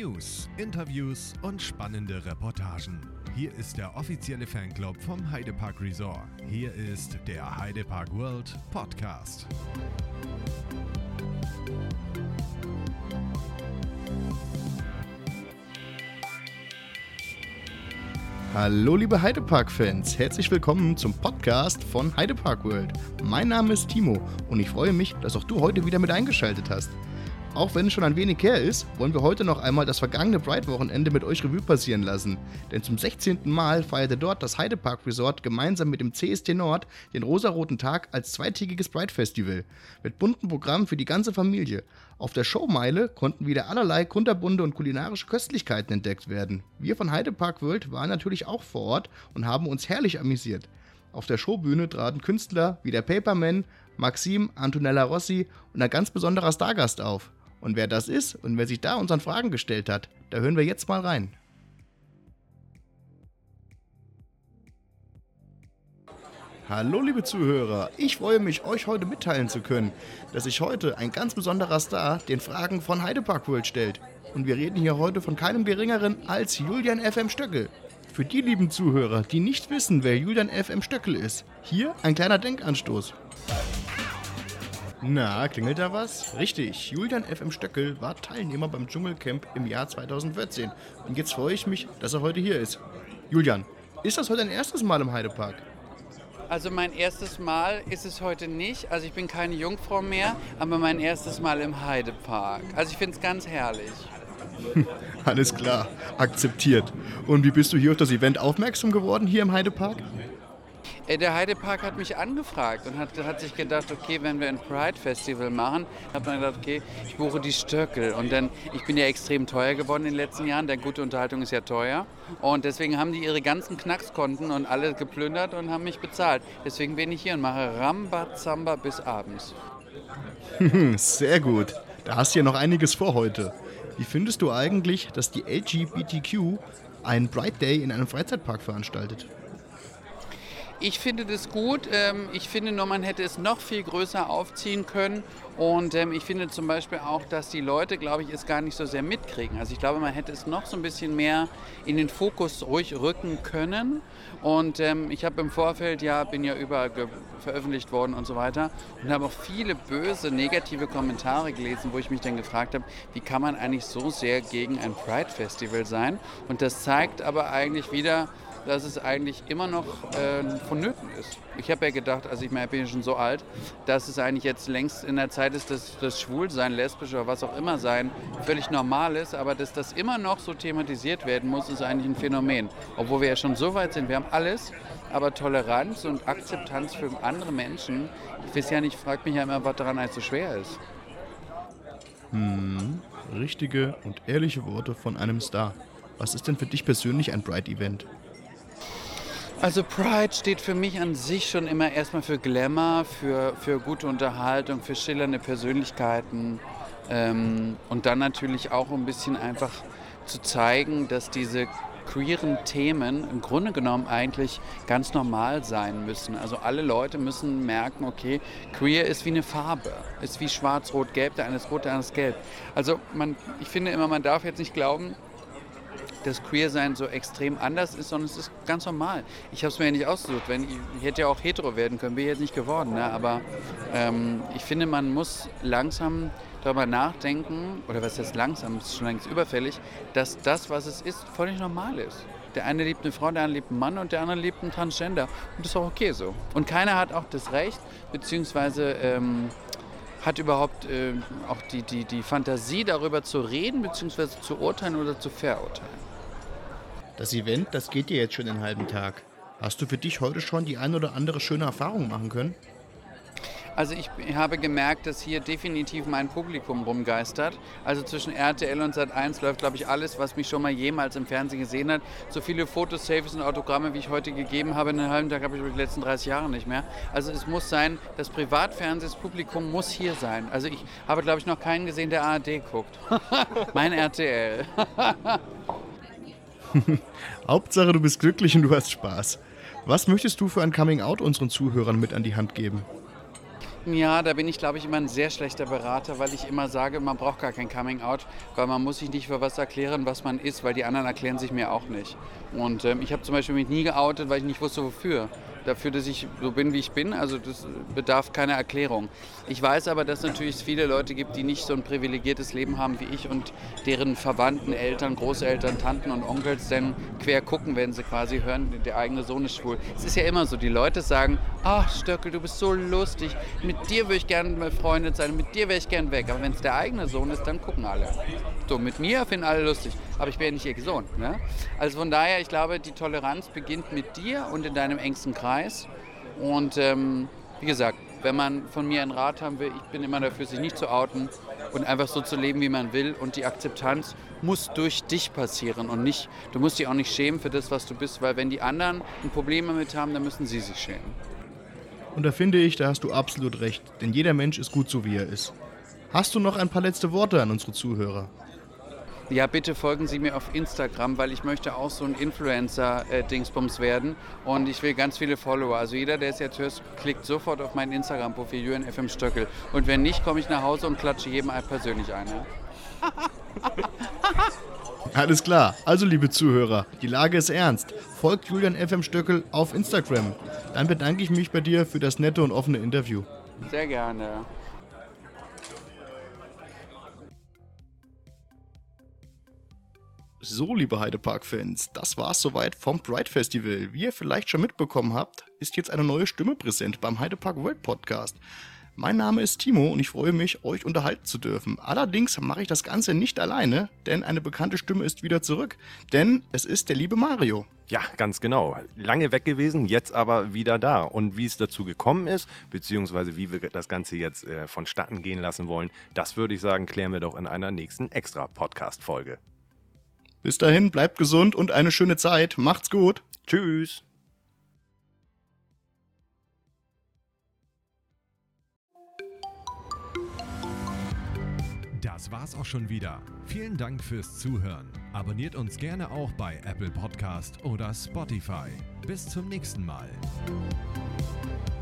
News, Interviews und spannende Reportagen. Hier ist der offizielle Fanclub vom Heidepark Resort. Hier ist der Heidepark World Podcast. Hallo liebe Heidepark-Fans, herzlich willkommen zum Podcast von Heidepark World. Mein Name ist Timo und ich freue mich, dass auch du heute wieder mit eingeschaltet hast. Auch wenn es schon ein wenig her ist, wollen wir heute noch einmal das vergangene Pride-Wochenende mit euch Revue passieren lassen. Denn zum 16. Mal feierte dort das Heidepark Resort gemeinsam mit dem CSD Nord den rosaroten Tag als zweitägiges Pride-Festival. Mit bunten Programmen für die ganze Familie. Auf der Showmeile konnten wieder allerlei kunterbunte und kulinarische Köstlichkeiten entdeckt werden. Wir von Heidepark World waren natürlich auch vor Ort und haben uns herrlich amüsiert. Auf der Showbühne traten Künstler wie der Paperman, Maxim, Antonella Rossi und ein ganz besonderer Stargast auf. Und wer das ist und wer sich da unseren Fragen gestellt hat, da hören wir jetzt mal rein. Hallo liebe Zuhörer, ich freue mich, euch heute mitteilen zu können, dass sich heute ein ganz besonderer Star den Fragen von Heidepark World stellt. Und wir reden hier heute von keinem Geringeren als Julian FM Stöckel. Für die lieben Zuhörer, die nicht wissen, wer Julian FM Stöckel ist, hier ein kleiner Denkanstoß. Na, klingelt da was? Richtig, Julian FM Stöckel war Teilnehmer beim Dschungelcamp im Jahr 2014. Und jetzt freue ich mich, dass er heute hier ist. Julian, ist das heute dein erstes Mal im Heidepark? Also mein erstes Mal ist es heute nicht. Also ich bin keine Jungfrau mehr, aber mein erstes Mal im Heidepark. Also ich finde es ganz herrlich. Alles klar, akzeptiert. Und wie bist du hier auf das Event aufmerksam geworden, hier im Heidepark? Der Heidepark hat mich angefragt und hat sich gedacht, okay, wenn wir ein Pride-Festival machen, hat man gedacht, okay, ich buche die Stöckel. Und dann, ich bin ja extrem teuer geworden in den letzten Jahren, denn gute Unterhaltung ist ja teuer. Und deswegen haben die ihre ganzen Knackskonten und alle geplündert und haben mich bezahlt. Deswegen bin ich hier und mache Rambazamba bis abends. Sehr gut, da hast du ja noch einiges vor heute. Wie findest du eigentlich, dass die LGBTQ einen Pride Day in einem Freizeitpark veranstaltet? Ich finde das gut. Ich finde nur, man hätte es noch viel größer aufziehen können. Und ich finde zum Beispiel auch, dass die Leute, glaube ich, es gar nicht so sehr mitkriegen. Also ich glaube, man hätte es noch so ein bisschen mehr in den Fokus ruhig rücken können. Und ich habe im Vorfeld, bin ja überall veröffentlicht worden und so weiter. Und habe auch viele böse, negative Kommentare gelesen, wo ich mich dann gefragt habe, wie kann man eigentlich so sehr gegen ein Pride-Festival sein? Und das zeigt aber eigentlich wieder, dass es eigentlich immer noch vonnöten ist. Ich habe ja gedacht, also ich bin ja schon so alt, dass es eigentlich jetzt längst in der Zeit ist, dass das Schwulsein, lesbisch oder was auch immer sein völlig normal ist, aber dass das immer noch so thematisiert werden muss, ist eigentlich ein Phänomen. Obwohl wir ja schon so weit sind, wir haben alles, aber Toleranz und Akzeptanz für andere Menschen, ich weiß ja nicht, fragt mich ja immer, was daran eigentlich so schwer ist. Richtige und ehrliche Worte von einem Star. Was ist denn für dich persönlich ein Pride-Event? Also Pride steht für mich an sich schon immer erstmal für Glamour, für gute Unterhaltung, für schillernde Persönlichkeiten und dann natürlich auch ein bisschen einfach zu zeigen, dass diese queeren Themen im Grunde genommen eigentlich ganz normal sein müssen. Also alle Leute müssen merken, okay, queer ist wie eine Farbe, ist wie schwarz, rot, gelb, der eine ist rot, der andere ist gelb. Also ich finde immer, man darf jetzt nicht glauben, dass Queer-Sein so extrem anders ist, sondern es ist ganz normal. Ich habe es mir ja nicht ausgesucht. Ich hätte ja auch hetero werden können, bin ich jetzt nicht geworden. Ne? Aber ich finde, man muss langsam darüber nachdenken, oder was heißt langsam, es ist schon längst überfällig, dass das, was es ist, völlig normal ist. Der eine liebt eine Frau, der andere liebt einen Mann und der andere liebt einen Transgender. Und das ist auch okay so. Und keiner hat auch das Recht, beziehungsweise hat überhaupt auch die Fantasie, darüber zu reden, beziehungsweise zu urteilen oder zu verurteilen. Das Event, das geht dir jetzt schon einen halben Tag. Hast du für dich heute schon die ein oder andere schöne Erfahrung machen können? Also ich habe gemerkt, dass hier definitiv mein Publikum rumgeistert. Also zwischen RTL und Sat.1 läuft, glaube ich, alles, was mich schon mal jemals im Fernsehen gesehen hat. So viele Fotos, Selfies und Autogramme, wie ich heute gegeben habe, in einem halben Tag habe ich über die letzten 30 Jahre nicht mehr. Also es muss sein, das Privatfernsehpublikum muss hier sein. Also ich habe, glaube ich, noch keinen gesehen, der ARD guckt. Mein RTL. Hauptsache, du bist glücklich und du hast Spaß. Was möchtest du für ein Coming-out unseren Zuhörern mit an die Hand geben? Ja, da bin ich, glaube ich, immer ein sehr schlechter Berater, weil ich immer sage, man braucht gar kein Coming-out, weil man muss sich nicht für was erklären, was man ist, weil die anderen erklären sich mir auch nicht. Und ich habe zum Beispiel mich nie geoutet, weil ich nicht wusste, wofür. Dafür, dass ich so bin, wie ich bin, also das bedarf keiner Erklärung. Ich weiß aber, dass es natürlich viele Leute gibt, die nicht so ein privilegiertes Leben haben wie ich und deren Verwandten, Eltern, Großeltern, Tanten und Onkels dann quer gucken, wenn sie quasi hören, der eigene Sohn ist schwul. Es ist ja immer so, die Leute sagen, ach Stöckel, du bist so lustig, mit dir würde ich gerne befreundet sein, mit dir wäre ich gern weg. Aber wenn es der eigene Sohn ist, dann gucken alle. So, mit mir finden alle lustig, aber ich bin ja nicht ihr Sohn. Ne? Also von daher, ich glaube, die Toleranz beginnt mit dir und in deinem engsten Kreis. Und wie gesagt, wenn man von mir einen Rat haben will, ich bin immer dafür, sich nicht zu outen und einfach so zu leben, wie man will. Und die Akzeptanz muss durch dich passieren und nicht, du musst dich auch nicht schämen für das, was du bist, weil wenn die anderen ein Problem damit haben, dann müssen sie sich schämen. Und da finde ich, da hast du absolut recht, denn jeder Mensch ist gut so, wie er ist. Hast du noch ein paar letzte Worte an unsere Zuhörer? Ja, bitte folgen Sie mir auf Instagram, weil ich möchte auch so ein Influencer-Dingsbums werden und ich will ganz viele Follower. Also jeder, der es jetzt hört, klickt sofort auf mein Instagram-Profil Jürgen FM Stöckel. Und wenn nicht, komme ich nach Hause und klatsche jedem persönlich ein. Ja? Alles klar, also liebe Zuhörer, die Lage ist ernst. Folgt Julian FM Stöckel auf Instagram. Dann bedanke ich mich bei dir für das nette und offene Interview. Sehr gerne. So, liebe Heidepark-Fans, das war's soweit vom Pride Festival. Wie ihr vielleicht schon mitbekommen habt, ist jetzt eine neue Stimme präsent beim Heidepark World Podcast. Mein Name ist Timo und ich freue mich, euch unterhalten zu dürfen. Allerdings mache ich das Ganze nicht alleine, denn eine bekannte Stimme ist wieder zurück. Denn es ist der liebe Mario. Ja, ganz genau. Lange weg gewesen, jetzt aber wieder da. Und wie es dazu gekommen ist, beziehungsweise wie wir das Ganze jetzt vonstatten gehen lassen wollen, das würde ich sagen, klären wir doch in einer nächsten Extra-Podcast-Folge. Bis dahin, bleibt gesund und eine schöne Zeit. Macht's gut. Tschüss. Das war's auch schon wieder. Vielen Dank fürs Zuhören. Abonniert uns gerne auch bei Apple Podcast oder Spotify. Bis zum nächsten Mal.